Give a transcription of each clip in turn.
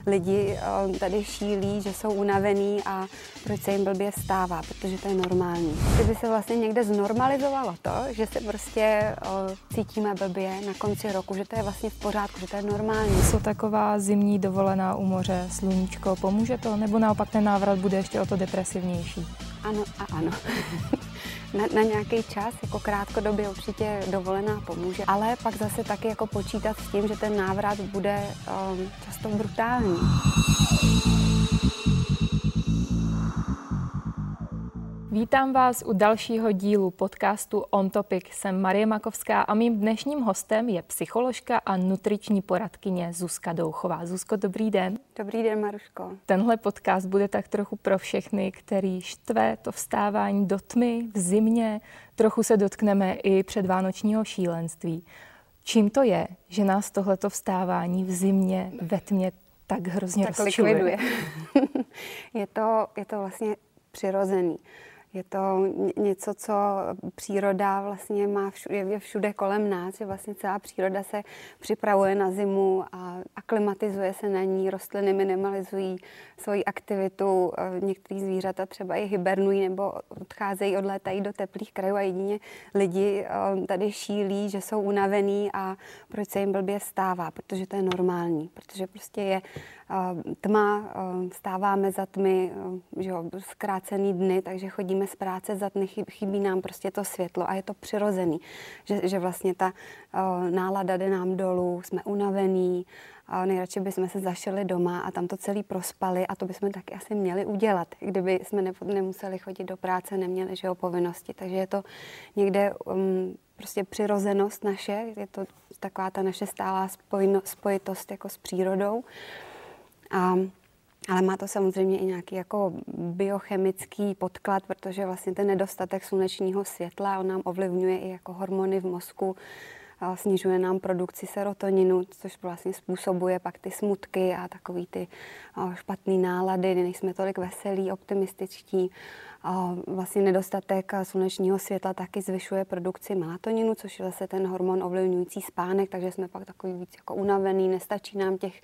lidi tady šílí, že jsou unavení a proč se jim blbě vstává, protože to je normální. Kdyby se vlastně někde znormalizovalo to, že se prostě cítíme blbě na konci roku, že to je vlastně v pořádku, že to je normální. Co taková zimní dovolená u moře, sluníčko, pomůže to? Nebo naopak ten návrat bude ještě o to depresivnější? Ano a ano. Na nějaký čas, jako krátkodobě určitě dovolená pomůže, ale pak zase taky jako počítat s tím, že ten návrat bude často brutální. Vítám vás u dalšího dílu podcastu On Topic. Jsem Marie Makovská a mým dnešním hostem je psycholožka a nutriční poradkyně Zuzka Douchová. Zuzko, dobrý den. Dobrý den, Maruško. Tenhle podcast bude tak trochu pro všechny, který štve to vstávání do tmy v zimě. Trochu se dotkneme i předvánočního šílenství. Čím to je, že nás tohleto vstávání v zimě ve tmě tak hrozně rozčiluje? Je to vlastně přirozený. Je to něco, co příroda vlastně má všude kolem nás, že vlastně celá příroda se připravuje na zimu a aklimatizuje se na ní, rostliny minimalizují svoji aktivitu, některé zvířata třeba i hibernují nebo odcházejí, odlétají do teplých krajů a jedině lidi tady šílí, že jsou unavení a proč se jim blbě vstává, protože to je normální, protože prostě je tma, vstáváme za tmy, že jo, zkrácený dny, takže chodíme z práce za tmy, chybí nám prostě to světlo a je to přirozený, že vlastně ta nálada jde nám dolů, jsme unavení, nejradši bychom se zašili doma a tam to celý prospali a to bychom taky asi měli udělat, kdyby jsme nemuseli chodit do práce, neměli že jo, povinnosti, takže je to někde prostě přirozenost naše, je to taková ta naše stálá spojitost jako s přírodou. Ale má to samozřejmě i nějaký jako biochemický podklad, protože vlastně ten nedostatek slunečního světla, on nám ovlivňuje i jako hormony v mozku, snižuje nám produkci serotoninu, což vlastně způsobuje pak ty smutky a takový ty špatné nálady, kdy nejsme tolik veselí, optimističtí. Vlastně nedostatek slunečního světla taky zvyšuje produkci melatoninu, což je zase ten hormon ovlivňující spánek, takže jsme pak takový víc jako unavený, nestačí nám těch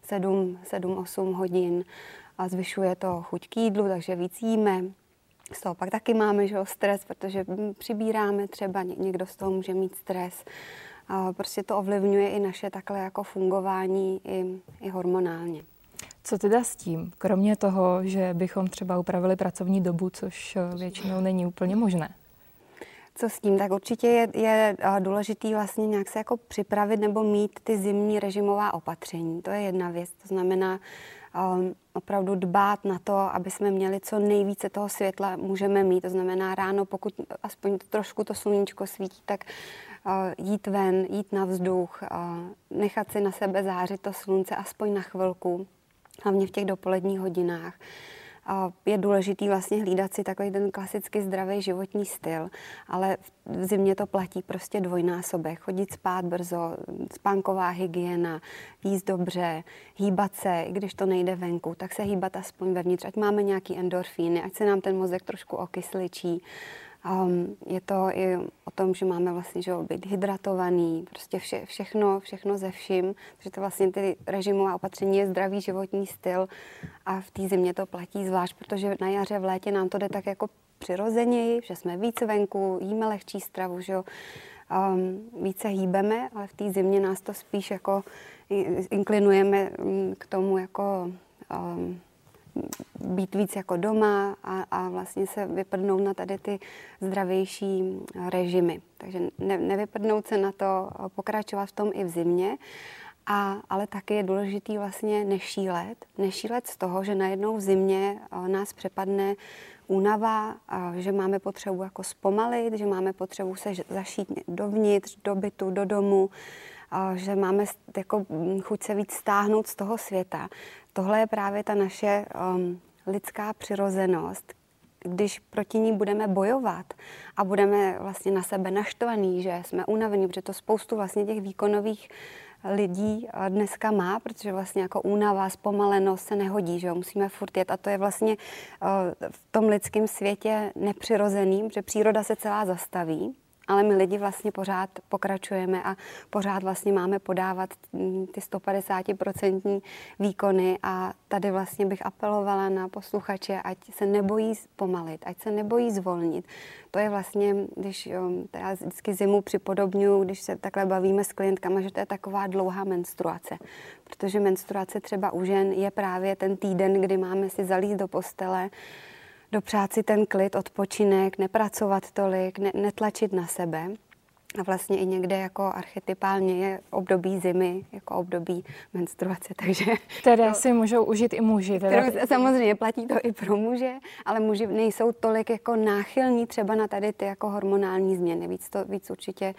7-8 hodin a zvyšuje to chuť k jídlu, takže víc jíme. Z toho pak taky máme že, stres, protože přibíráme třeba, někdo z toho může mít stres. Prostě to ovlivňuje i naše takhle jako fungování i hormonálně. Co teda s tím? Kromě toho, že bychom třeba upravili pracovní dobu, což většinou není úplně možné. Co s tím? Tak určitě je důležitý vlastně nějak se jako připravit nebo mít ty zimní režimová opatření. To je jedna věc. To znamená opravdu dbát na to, aby jsme měli co nejvíce toho světla můžeme mít. To znamená ráno, pokud aspoň trošku to sluníčko svítí, tak jít ven, jít na vzduch, nechat si na sebe zářit to slunce aspoň na chvilku, hlavně v těch dopoledních hodinách. Je důležitý vlastně hlídat si takový ten klasicky zdravý životní styl, ale v zimě to platí prostě dvojnásobek. Chodit spát brzo, spánková hygiena, jíst dobře, hýbat se, i když to nejde venku, tak se hýbat aspoň vevnitř, ať máme nějaký endorfíny, ať se nám ten mozek trošku okysličí. Je to i o tom, že máme vlastně že být hydratovaný, prostě všechno ze vším, takže to vlastně ty režimová opatření je zdravý životní styl a v té zimě to platí zvlášť, protože na jaře, v létě nám to jde tak jako přirozeněji, že jsme víc venku, jíme lehčí stravu, že jo, více hýbeme, ale v té zimě nás to spíš jako inklinujeme k tomu jako být víc jako doma a vlastně se vyprdnout na tady ty zdravější režimy. Takže nevyprdnout se na to, pokračovat v tom i v zimě, ale taky je důležitý vlastně nešílet z toho, že najednou v zimě nás přepadne únava, že máme potřebu jako zpomalit, že máme potřebu se zašít dovnitř, do bytu, do domu, že máme jako chuť se víc stáhnout z toho světa. Tohle je právě ta naše lidská přirozenost. Když proti ní budeme bojovat a budeme vlastně na sebe naštvaný, že jsme unavení, protože to spoustu vlastně těch výkonových lidí dneska má, protože vlastně jako únava, zpomalenost se nehodí, že jo, musíme furt jet a to je vlastně v tom lidském světě nepřirozený, protože příroda se celá zastaví Ale my lidi vlastně pořád pokračujeme a pořád vlastně máme podávat ty 150% výkony a tady vlastně bych apelovala na posluchače, ať se nebojí zpomalit, ať se nebojí zvolnit. To je vlastně, když já vždycky zimu připodobňuji, když se takhle bavíme s klientkama, že to je taková dlouhá menstruace. Protože menstruace třeba u žen je právě ten týden, kdy máme si zalízt do postele, dopřát si ten klid, odpočinek, nepracovat tolik, netlačit na sebe. A vlastně i někde jako archetypálně je období zimy, jako období menstruace, takže... Které si můžou užít i muži. Samozřejmě platí to i pro muže, ale muži nejsou tolik jako náchylní třeba na tady ty jako hormonální změny. Víc určitě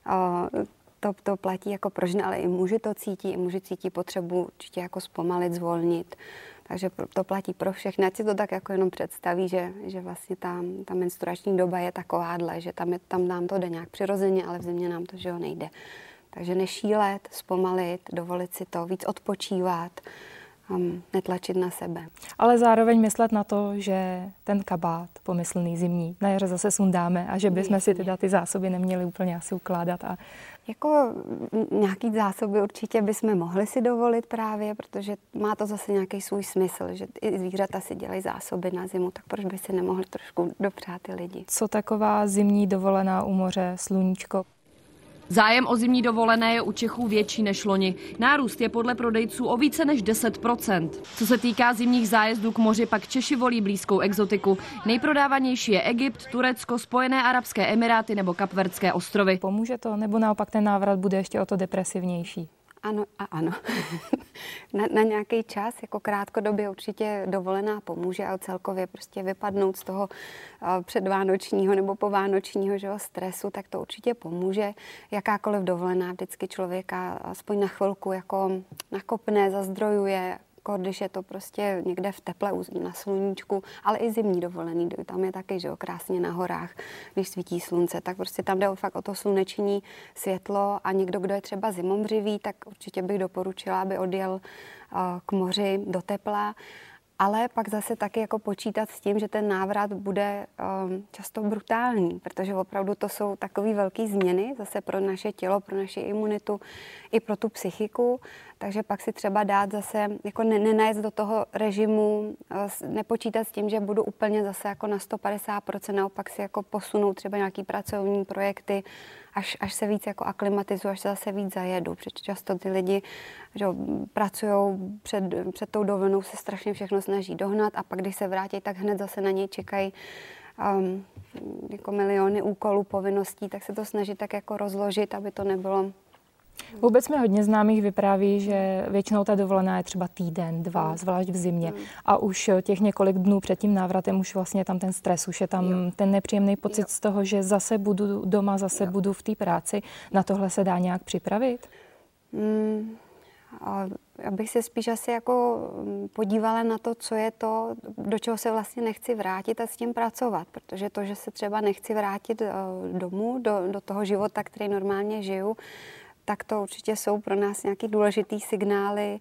to platí jako pro ženy, ale i muži to cítí, i muži cítí potřebu určitě jako zpomalit, zvolnit. Takže to platí pro všechny. Ať si to tak jako jenom představí, že vlastně ta menstruační doba je takováhle, že tam nám to jde nějak přirozeně, ale v zimě nám to, že jo, nejde. Takže nešílet, zpomalit, dovolit si to, víc odpočívat, netlačit na sebe. Ale zároveň myslet na to, že ten kabát pomyslný zimní na jaře zase sundáme a že bychom si teda ty zásoby neměli úplně asi ukládat. Jako nějaký zásoby určitě bychom mohli si dovolit právě, protože má to zase nějaký svůj smysl, že i zvířata si dělají zásoby na zimu, tak proč by si nemohli trošku dopřát ty lidi. Co taková zimní dovolená u moře, sluníčko? Zájem o zimní dovolené je u Čechů větší než loni. Nárůst je podle prodejců o více než 10%. Co se týká zimních zájezdů k moři, pak Češi volí blízkou exotiku. Nejprodávanější je Egypt, Turecko, Spojené arabské emiráty nebo Kapverdské ostrovy. Pomůže to, nebo naopak ten návrat bude ještě o to depresivnější? Ano a ano. na nějaký čas, jako krátkodobě určitě dovolená pomůže, ale celkově prostě vypadnout z toho předvánočního nebo povánočního stresu, tak to určitě pomůže. Jakákoliv dovolená vždycky člověka aspoň na chvilku jako nakopne, zazdrojuje, když je to prostě někde v teple na sluníčku, ale i zimní dovolený, tam je taky, že jo, krásně na horách, když svítí slunce, tak prostě tam jde fakt o to sluneční světlo a někdo, kdo je třeba zimomřivý, tak určitě bych doporučila, aby odjel k moři do tepla, ale pak zase taky jako počítat s tím, že ten návrat bude často brutální, protože opravdu to jsou takové velké změny zase pro naše tělo, pro naši imunitu i pro tu psychiku, takže pak si třeba dát zase, jako nenajít do toho režimu, nepočítat s tím, že budu úplně zase jako na 150%, naopak si jako posunout třeba nějaký pracovní projekty, až se víc jako aklimatizuju, až se zase víc zajedu, protože často ty lidi, že pracují před tou dovolenou, se strašně všechno snaží dohnat a pak, když se vrátí, tak hned zase na něj čekají jako miliony úkolů, povinností, tak se to snaží tak jako rozložit, aby to nebylo. Vůbec mi hodně známých vypráví, že většinou ta dovolená je třeba týden, dva, zvlášť v zimě. A už těch několik dnů před tím návratem už vlastně tam ten stres, už je tam ten nepříjemný pocit z toho, že zase budu doma, zase budu v té práci. Na tohle se dá nějak připravit? Abych se spíš asi jako podívala na to, co je to, do čeho se vlastně nechci vrátit a s tím pracovat, protože to, že se třeba nechci vrátit domů, do toho života, který normálně žiju, tak to určitě jsou pro nás nějaký důležitý signály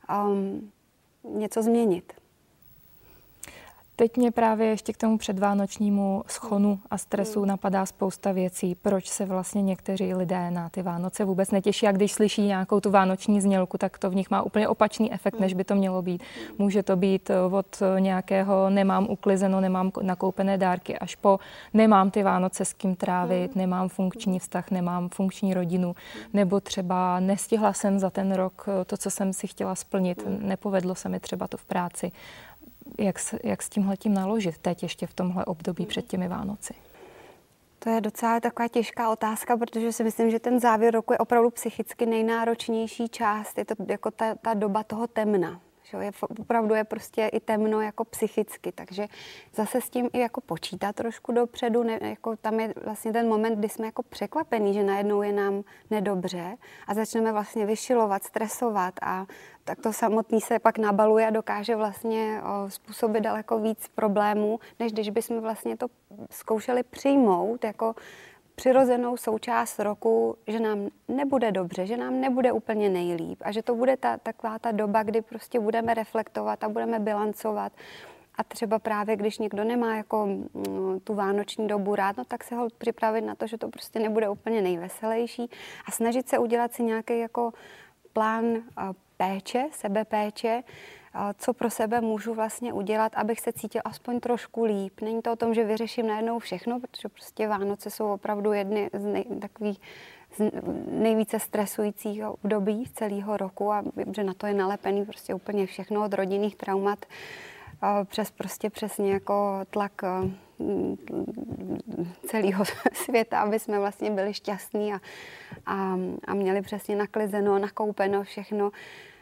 něco změnit. Teď mě právě ještě k tomu předvánočnímu schonu a stresu napadá spousta věcí. Proč se vlastně někteří lidé na ty Vánoce vůbec netěší a když slyší nějakou tu vánoční znělku, tak to v nich má úplně opačný efekt, než by to mělo být. Může to být od nějakého nemám uklizeno, nemám nakoupené dárky, až po nemám ty Vánoce s kým trávit, nemám funkční vztah, nemám funkční rodinu, nebo třeba nestihla jsem za ten rok to, co jsem si chtěla splnit, nepovedlo se mi třeba to v práci. Jak s tímhletím naložit teď ještě v tomhle období před těmi Vánoci? To je docela taková těžká otázka, protože si myslím, že ten závěr roku je opravdu psychicky nejnáročnější část. Je to jako ta doba toho temna. Opravdu je prostě i temno jako psychicky, takže zase s tím i jako počítat trošku dopředu, jako tam je vlastně ten moment, kdy jsme jako překvapení, že najednou je nám nedobře a začneme vlastně vyšilovat, stresovat a tak to samotný se pak nabaluje a dokáže vlastně způsobit daleko víc problémů, než když bychom vlastně to zkoušeli přijmout jako přirozenou součást roku, že nám nebude dobře, že nám nebude úplně nejlíp a že to bude taková ta doba, kdy prostě budeme reflektovat a budeme bilancovat A třeba právě, když někdo nemá jako tu vánoční dobu rád, no tak se ho připravit na to, že to prostě nebude úplně nejveselější a snažit se udělat si nějaký jako plán péče, sebepéče, co pro sebe můžu vlastně udělat, abych se cítil aspoň trošku líp. Není to o tom, že vyřeším najednou všechno, protože prostě Vánoce jsou opravdu jedny z takových nejvíce stresujících období celého roku a že na to je nalepený prostě úplně všechno od rodinných traumat přes jako tlak celého světa, aby jsme vlastně byli šťastní a měli přesně naklizeno, nakoupeno všechno.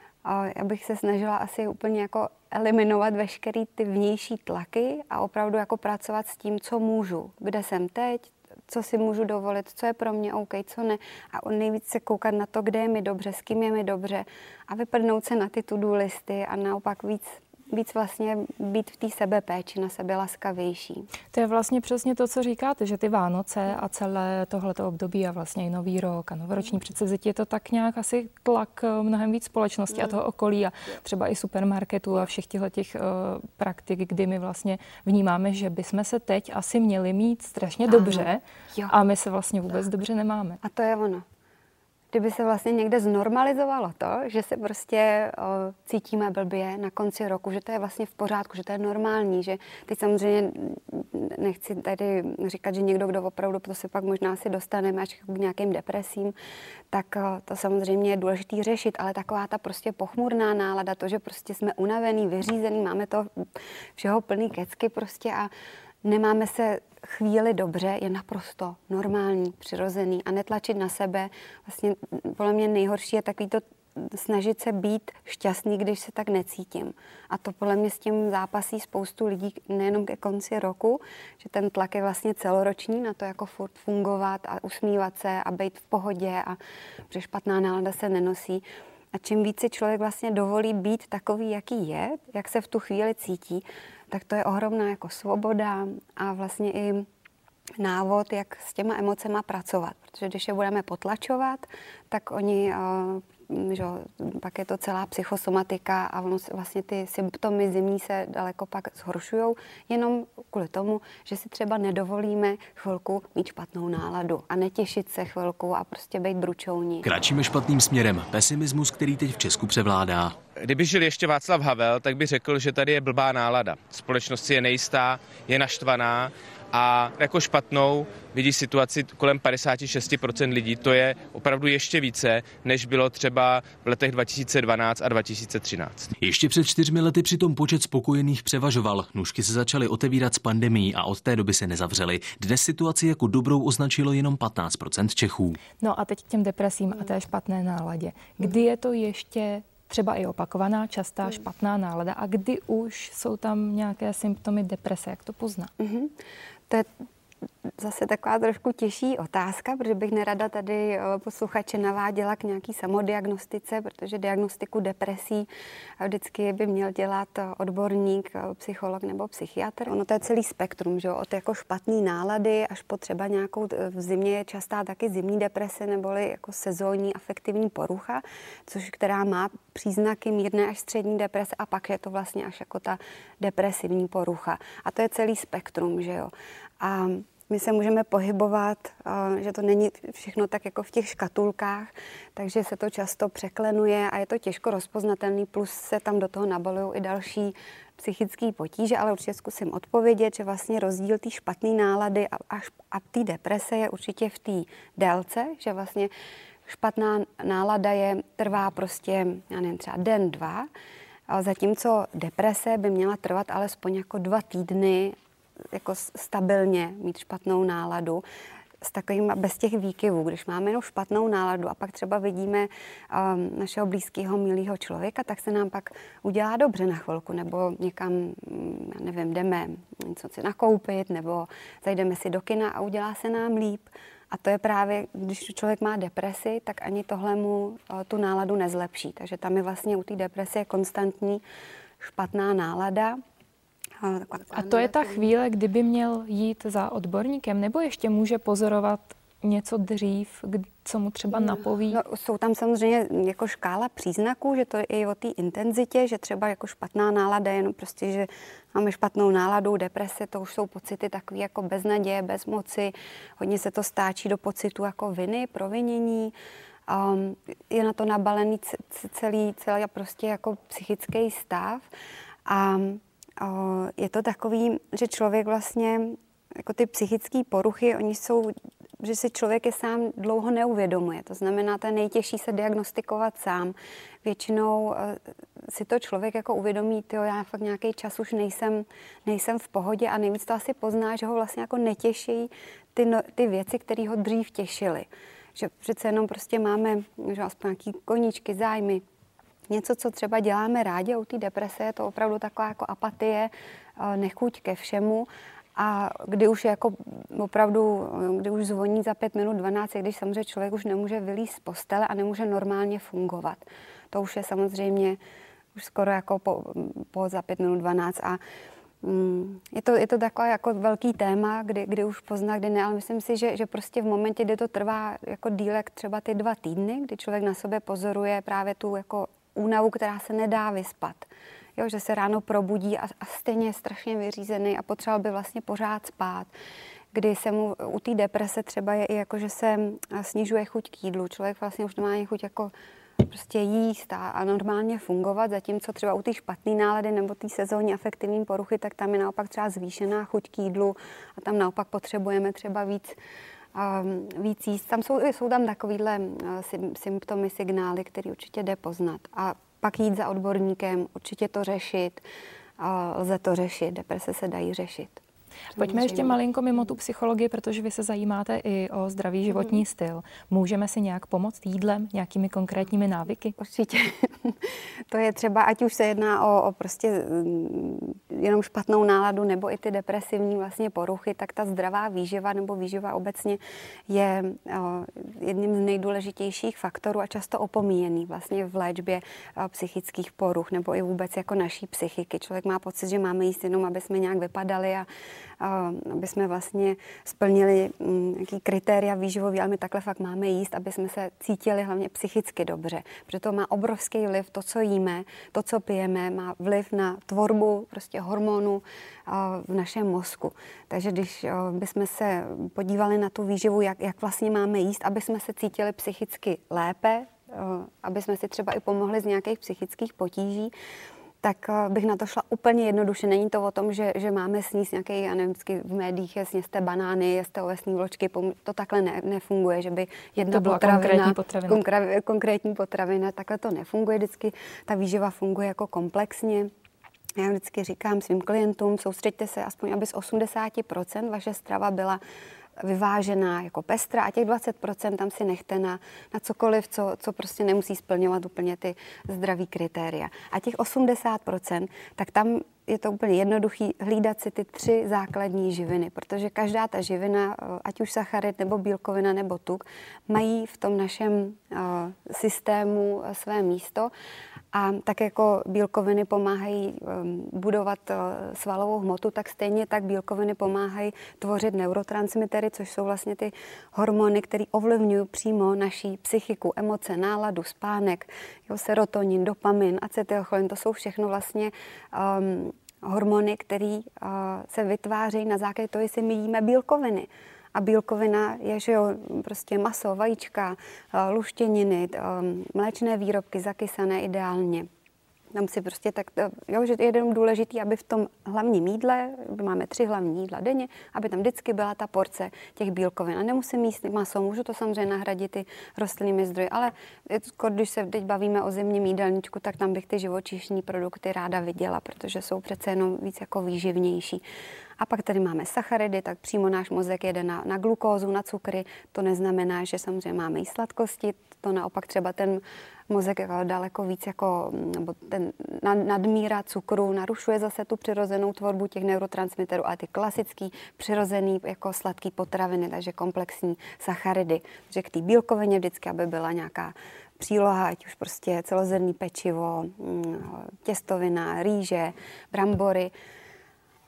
Já bych se snažila asi úplně jako eliminovat veškerý ty vnější tlaky a opravdu jako pracovat s tím, co můžu, kde jsem teď, co si můžu dovolit, co je pro mě OK, co ne. A nejvíc se koukat na to, kde je mi dobře, s kým je mi dobře a vyprdnout se na ty to-do listy a naopak víc vlastně být v té sebepéči, na sebe laskavější. To je vlastně přesně to, co říkáte, že ty Vánoce a celé tohleto období a vlastně i Nový rok a novoroční předsevzetí je to tak nějak asi tlak mnohem víc společnosti a toho okolí a třeba i supermarketů a všech těch praktik, kdy my vlastně vnímáme, že bychom se teď asi měli mít strašně dobře a my se vlastně vůbec dobře nemáme. A to je ono. Kdyby se vlastně někde znormalizovalo to, že se prostě cítíme blbě na konci roku, že to je vlastně v pořádku, že to je normální, že teď samozřejmě nechci tady říkat, že někdo, kdo opravdu to se pak možná si dostaneme až k nějakým depresím, tak to samozřejmě je důležitý řešit, ale taková ta prostě pochmurná nálada, to, že prostě jsme unavený, vyřízený, máme to všeho plný kecky prostě a nemáme se chvíli dobře, je naprosto normální, přirozený a netlačit na sebe. Vlastně podle mě nejhorší je takový to snažit se být šťastný, když se tak necítím. A to podle mě s tím zápasí spoustu lidí nejenom ke konci roku, že ten tlak je vlastně celoroční na to jako furt fungovat a usmívat se a být v pohodě a protože špatná nálada se nenosí. A čím více člověk vlastně dovolí být takový, jaký je, jak se v tu chvíli cítí, tak to je ohromná jako svoboda a vlastně i návod, jak s těma emocema pracovat. Protože když je budeme potlačovat, tak oni, že, pak je to celá psychosomatika a vlastně ty symptomy zimní se daleko pak zhoršují, jenom kvůli tomu, že si třeba nedovolíme chvilku mít špatnou náladu a netěšit se chvilku a prostě být bručouní. Kráčíme špatným směrem. Pesimismus, který teď v Česku převládá. Kdyby žil ještě Václav Havel, tak by řekl, že tady je blbá nálada. Společnost si je nejistá, je naštvaná a jako špatnou vidí situaci kolem 56% lidí. To je opravdu ještě více, než bylo třeba v letech 2012 a 2013. Ještě před 4 lety přitom počet spokojených převažoval. Nůžky se začaly otevírat s pandemií a od té doby se nezavřely. Dnes situaci jako dobrou označilo jenom 15% Čechů. No a teď k těm depresím a té špatné náladě. Kdy je to ještě třeba i opakovaná, častá špatná nálada a kdy už jsou tam nějaké symptomy deprese, jak to poznat? To je zase taková trošku těžší otázka, protože bych nerada tady posluchače naváděla k nějaký samodiagnostice, protože diagnostiku depresí vždycky by měl dělat odborník, psycholog nebo psychiatr. Ono to je celý spektrum, že? Od jako špatný nálady až po třeba nějakou, v zimě je častá taky zimní deprese neboli jako sezónní afektivní porucha, která má příznaky mírné až střední deprese a pak je to vlastně až jako ta depresivní porucha. A to je celý spektrum, že jo. A my se můžeme pohybovat, že to není všechno tak jako v těch škatulkách, takže se to často překlenuje a je to těžko rozpoznatelný, plus se tam do toho nabalují i další psychické potíže, ale určitě zkusím odpovědět, že vlastně rozdíl té špatné nálady a té deprese je určitě v té délce, že vlastně špatná nálada trvá prostě, já nevím, třeba den, dva, zatímco deprese by měla trvat alespoň jako 2 týdny, jako stabilně mít špatnou náladu, s takovým bez těch výkyvů. Když máme jenom špatnou náladu a pak třeba vidíme našeho blízkého, milého člověka, tak se nám pak udělá dobře na chvilku, nebo někam, já nevím, jdeme něco si nakoupit, nebo zajdeme si do kina a udělá se nám líp. A to je právě, když člověk má depresi, tak ani tohle mu tu náladu nezlepší. Takže tam je vlastně u té deprese konstantní špatná nálada. A to je ta chvíle, kdyby měl jít za odborníkem, nebo ještě může pozorovat něco dřív, co mu třeba napoví? No, jsou tam samozřejmě jako škála příznaků, že to je i o té intenzitě, že třeba jako špatná nálada, jenom prostě, že máme špatnou náladu, deprese, to už jsou pocity takové jako beznaděje, bezmoci, hodně se to stáčí do pocitu jako viny, provinění. Je na to nabalený celý prostě jako psychický stav a je to takový, že člověk vlastně, jako ty psychické poruchy, oni jsou, že si člověk je sám dlouho neuvědomuje. To znamená, to je nejtěžší se diagnostikovat sám. Většinou si to člověk jako uvědomí, já fakt nějaký čas už nejsem v pohodě a nejvíc to asi pozná, že ho vlastně jako netěší ty věci, které ho dřív těšily. Že přece jenom prostě máme, že aspoň nějaký koníčky, zájmy, něco, co třeba děláme rádi, a u té deprese je to opravdu taková jako apatie, nechuť ke všemu. A kdy už je jako opravdu, kdy už zvoní za 5 minut 12, když samozřejmě člověk už nemůže vylízt z postele a nemůže normálně fungovat. To už je samozřejmě už skoro jako po za 5 minut 12 a je to takové jako velký téma, kdy už pozná, kdy ne, ale myslím si, že prostě v momentě, kdy to trvá jako dílek třeba ty 2 týdny, kdy člověk na sobě pozoruje právě tu jako únavu, která se nedá vyspat. Jo, že se ráno probudí a stejně je strašně vyřízený a potřeboval by vlastně pořád spát. Kdy se mu u té deprese třeba je i jako, že se snižuje chuť k jídlu. Člověk vlastně už nemá chuť jako prostě jíst a normálně fungovat, zatímco třeba u té špatné nálady nebo té sezónní afektivní poruchy, tak tam je naopak třeba zvýšená chuť k jídlu a tam naopak potřebujeme třeba víc jíst. Tam jsou tam takovýhle symptomy, signály, které určitě jde poznat. A pak jít za odborníkem, určitě to řešit, lze to řešit, deprese se dají řešit. Pojďme ještě malinko mimo tu psychologii, protože vy se zajímáte i o zdravý životní styl. Můžeme si nějak pomoct jídlem, nějakými konkrétními návyky? Určitě. To je třeba, ať už se jedná o prostě jenom špatnou náladu nebo i ty depresivní vlastně poruchy, tak ta zdravá výživa nebo výživa obecně je jedním z nejdůležitějších faktorů a často opomíjený vlastně v léčbě psychických poruch nebo i vůbec jako naší psychiky. Člověk má pocit, že máme jíst jenom, aby jsme nějak vypadali a aby jsme vlastně splnili nějaký kritéria výživový, ale my takhle fakt máme jíst, aby jsme se cítili hlavně psychicky dobře. Protože to má obrovský vliv, to, co jíme, to, co pijeme, má vliv na tvorbu prostě hormonů v našem mozku. Takže když bychom se podívali na tu výživu, jak vlastně máme jíst, aby jsme se cítili psychicky lépe, aby jsme si třeba i pomohli z nějakých psychických potíží, tak bych na to šla úplně jednoduše. Není to o tom, že máme sníst nějaký, já nevím, vždycky v médiích je sněste banány, jeste ovesné vločky, to takhle nefunguje, že by jedna konkrétní potravina, takhle to nefunguje, vždycky ta výživa funguje jako komplexně. Já vždycky říkám svým klientům, soustřeďte se aspoň, aby z 80% vaše strava byla vyvážená jako pestrá a těch 20% tam si nechte na cokoliv, co prostě nemusí splňovat úplně ty zdravý kritéria. A těch 80%, tak tam je to úplně jednoduchý hlídat si ty 3 základní živiny, protože každá ta živina, ať už sacharid nebo bílkovina nebo tuk, mají v tom našem systému své místo. A tak jako bílkoviny pomáhají budovat svalovou hmotu, tak stejně tak bílkoviny pomáhají tvořit neurotransmitery, což jsou vlastně ty hormony, které ovlivňují přímo naší psychiku, emoce, náladu, spánek, serotonin, dopamin, acetylcholin, to jsou všechno vlastně hormony, které se vytvářejí na základě toho, jestli my jíme bílkoviny. A bílkovina je, že jo, prostě maso, vajíčka, luštěniny, mléčné výrobky, zakysané ideálně. Tam si prostě tak, jo, že je jenom důležitý, aby v tom hlavním jídle, máme 3 hlavní jídla denně, aby tam vždycky byla ta porce těch bílkovin. A nemusím jíst maso, můžu to samozřejmě nahradit i rostlinnými zdroji, ale když se teď bavíme o zimním jídelníčku, tak tam bych ty živočišní produkty ráda viděla, protože jsou přece jenom víc jako výživnější. A pak tady máme sacharidy, tak přímo náš mozek jede na glukózu, na cukry. To neznamená, že samozřejmě máme i sladkosti, to naopak třeba ten mozek daleko víc jako, nebo ten nadmíra cukru narušuje zase tu přirozenou tvorbu těch neurotransmiterů a ty klasický přirozený jako sladký potraviny, takže komplexní sacharidy. Takže k té bílkovině vždycky, aby byla nějaká příloha, ať už prostě celozrnný pečivo, těstovina, rýže, brambory.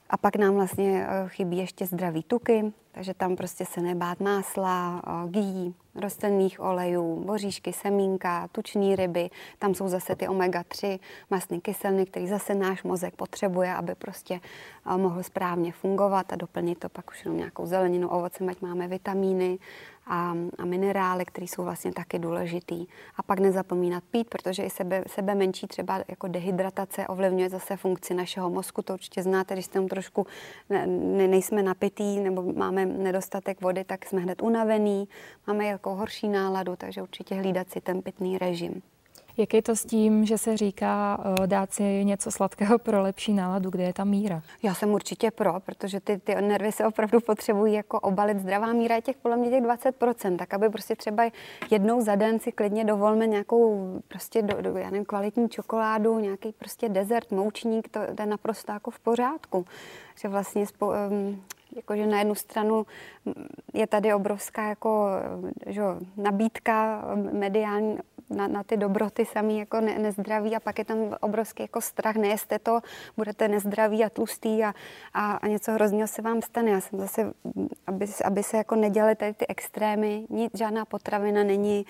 A pak nám vlastně chybí ještě zdraví tuky, takže tam prostě se nebát másla, ghee, rostlinných olejů, voříšky, semínka, tučné ryby. Tam jsou zase ty omega-3 mastné kyseliny, které zase náš mozek potřebuje, aby prostě mohl správně fungovat a doplnit to pak už jenom nějakou zeleninu, ovocem, ať máme vitamíny a minerály, které jsou vlastně taky důležitý. A pak nezapomínat pít, protože i sebe menší třeba jako dehydratace ovlivňuje zase funkci našeho mozku. To určitě znáte, když tam trošku nejsme napitý nebo máme nedostatek vody, tak jsme hned unavený, máme jako horší náladu, takže určitě hlídat si ten pitný režim. Jak je to s tím, že se říká dát si něco sladkého pro lepší náladu, kde je ta míra? Já jsem určitě pro, protože ty nervy se opravdu potřebují jako obalit. Zdravá míra je podle mě těch 20%, tak aby prostě třeba jednou za den si klidně dovolme nějakou prostě já nevím, kvalitní čokoládu, nějaký prostě dezert, moučník, to je naprosto jako v pořádku. Že vlastně jakože na jednu stranu je tady obrovská jako, že, nabídka mediální na ty dobroty samý jako nezdraví a pak je tam obrovský jako strach, nejeste to, budete nezdraví a tlustý a něco hrozného se vám stane. Já jsem zase, aby se jako nedělaly tady ty extrémy, žádná potravina není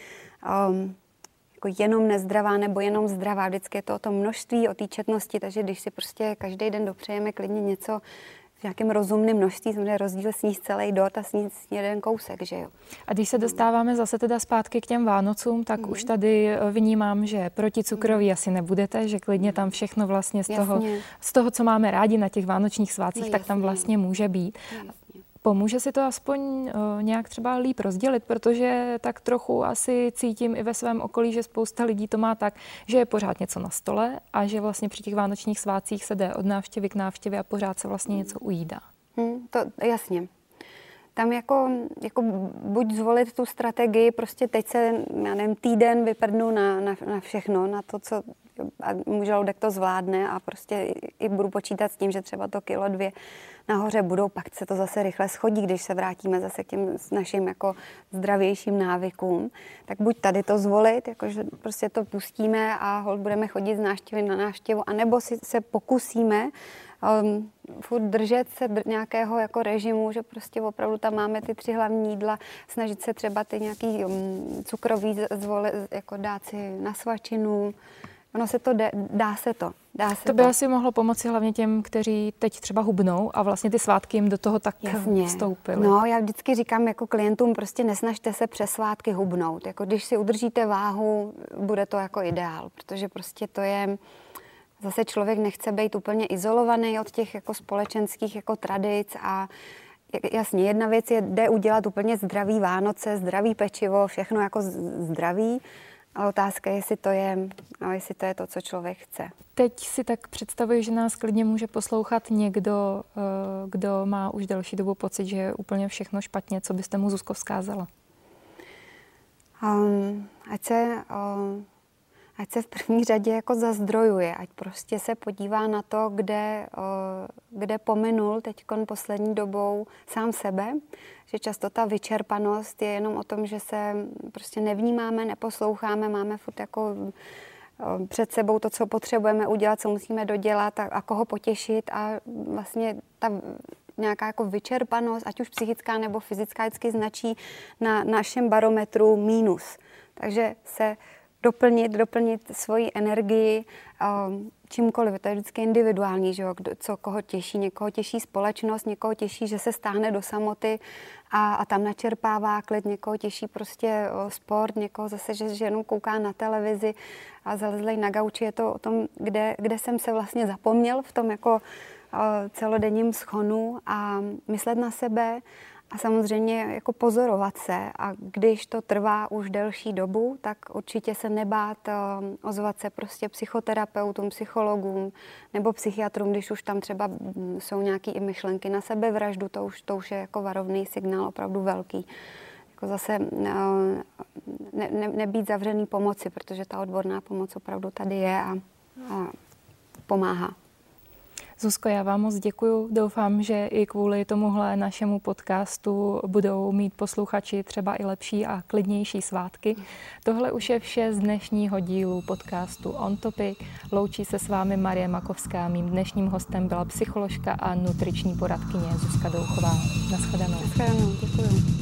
jako jenom nezdravá nebo jenom zdravá. Vždycky je to o tom množství, o té četnosti, takže když si prostě každý den dopřejeme klidně něco v nějakém rozumném množství, samozřejmě rozdíl sníst celý dort a sníst jeden kousek, že jo. A když se dostáváme zase teda zpátky k těm Vánocům, tak už tady vnímám, že proticukroví asi nebudete, že klidně tam všechno vlastně z toho, co máme rádi na těch vánočních svátcích, tak tam vlastně může být. Pomůže si to aspoň nějak třeba líp rozdělit, protože tak trochu asi cítím i ve svém okolí, že spousta lidí to má tak, že je pořád něco na stole a že vlastně při těch vánočních svátcích se jde od návštěvy k návštěvě a pořád se vlastně něco ujídá. To jasně. Tam jako buď zvolit tu strategii, prostě teď se, já nevím, týden vyprdnu na všechno, na to, co můj žaludek to zvládne a prostě i budu počítat s tím, že třeba to kilo 2 nahoře budou, pak se to zase rychle schodí, když se vrátíme zase k těm našim jako zdravějším návykům. Tak buď tady to zvolit, jakože prostě to pustíme a holt budeme chodit z návštěvy na návštěvu, anebo si se pokusíme furt držet se nějakého jako režimu, že prostě opravdu tam máme ty 3 hlavní jídla, snažit se třeba ty nějaký cukrový zvolit, jako dát si na svačinu. Ono se to dá se to. To by asi mohlo pomoci hlavně těm, kteří teď třeba hubnou a vlastně ty svátky jim do toho tak vstoupily. No, já vždycky říkám jako klientům, prostě nesnažte se přes svátky hubnout. Jako když si udržíte váhu, bude to jako ideál, protože prostě to je zase člověk nechce být úplně izolovaný od těch jako společenských jako tradic a jasně, jedna věc jde udělat úplně zdravý Vánoce, zdravý pečivo, všechno jako zdravý. A otázka je, jestli to je to, co člověk chce. Teď si tak představuji, že nás klidně může poslouchat někdo, kdo má už delší dobu pocit, že je úplně všechno špatně. Co byste mu, Zuzko, vzkázala? Ať se v první řadě jako zazdrojuje, ať prostě se podívá na to, kde pominul teďkon poslední dobou sám sebe, že často ta vyčerpanost je jenom o tom, že se prostě nevnímáme, neposloucháme, máme furt jako před sebou to, co potřebujeme udělat, co musíme dodělat a koho potěšit a vlastně ta nějaká jako vyčerpanost, ať už psychická nebo fyzická, vždycky značí na našem barometru mínus. Takže se doplnit svoji energii čímkoliv. To je vždycky individuální, že jo? Co koho těší. Někoho těší společnost, někoho těší, že se stáhne do samoty a tam načerpává klid, někoho těší prostě sport, někoho zase, že jenom kouká na televizi a zalezlej na gauči. Je to o tom, kde jsem se vlastně zapomněl v tom jako celodenním schonu a myslet na sebe a samozřejmě jako pozorovat se a když to trvá už delší dobu, tak určitě se nebát ozvat se prostě psychoterapeutům, psychologům nebo psychiatrům, když už tam třeba jsou nějaké i myšlenky na sebevraždu, to už je jako varovný signál opravdu velký. Jako zase nebýt zavřený pomoci, protože ta odborná pomoc opravdu tady je a pomáhá. Zuzko, já vám moc děkuju. Doufám, že i kvůli tomuhle našemu podcastu budou mít posluchači třeba i lepší a klidnější svátky. Tohle už je vše z dnešního dílu podcastu On Topic. Loučí se s vámi Marie Makovská. Mým dnešním hostem byla psycholožka a nutriční poradkyně Zuzka Douchová. Naschledanou. Naschledanou, děkuju.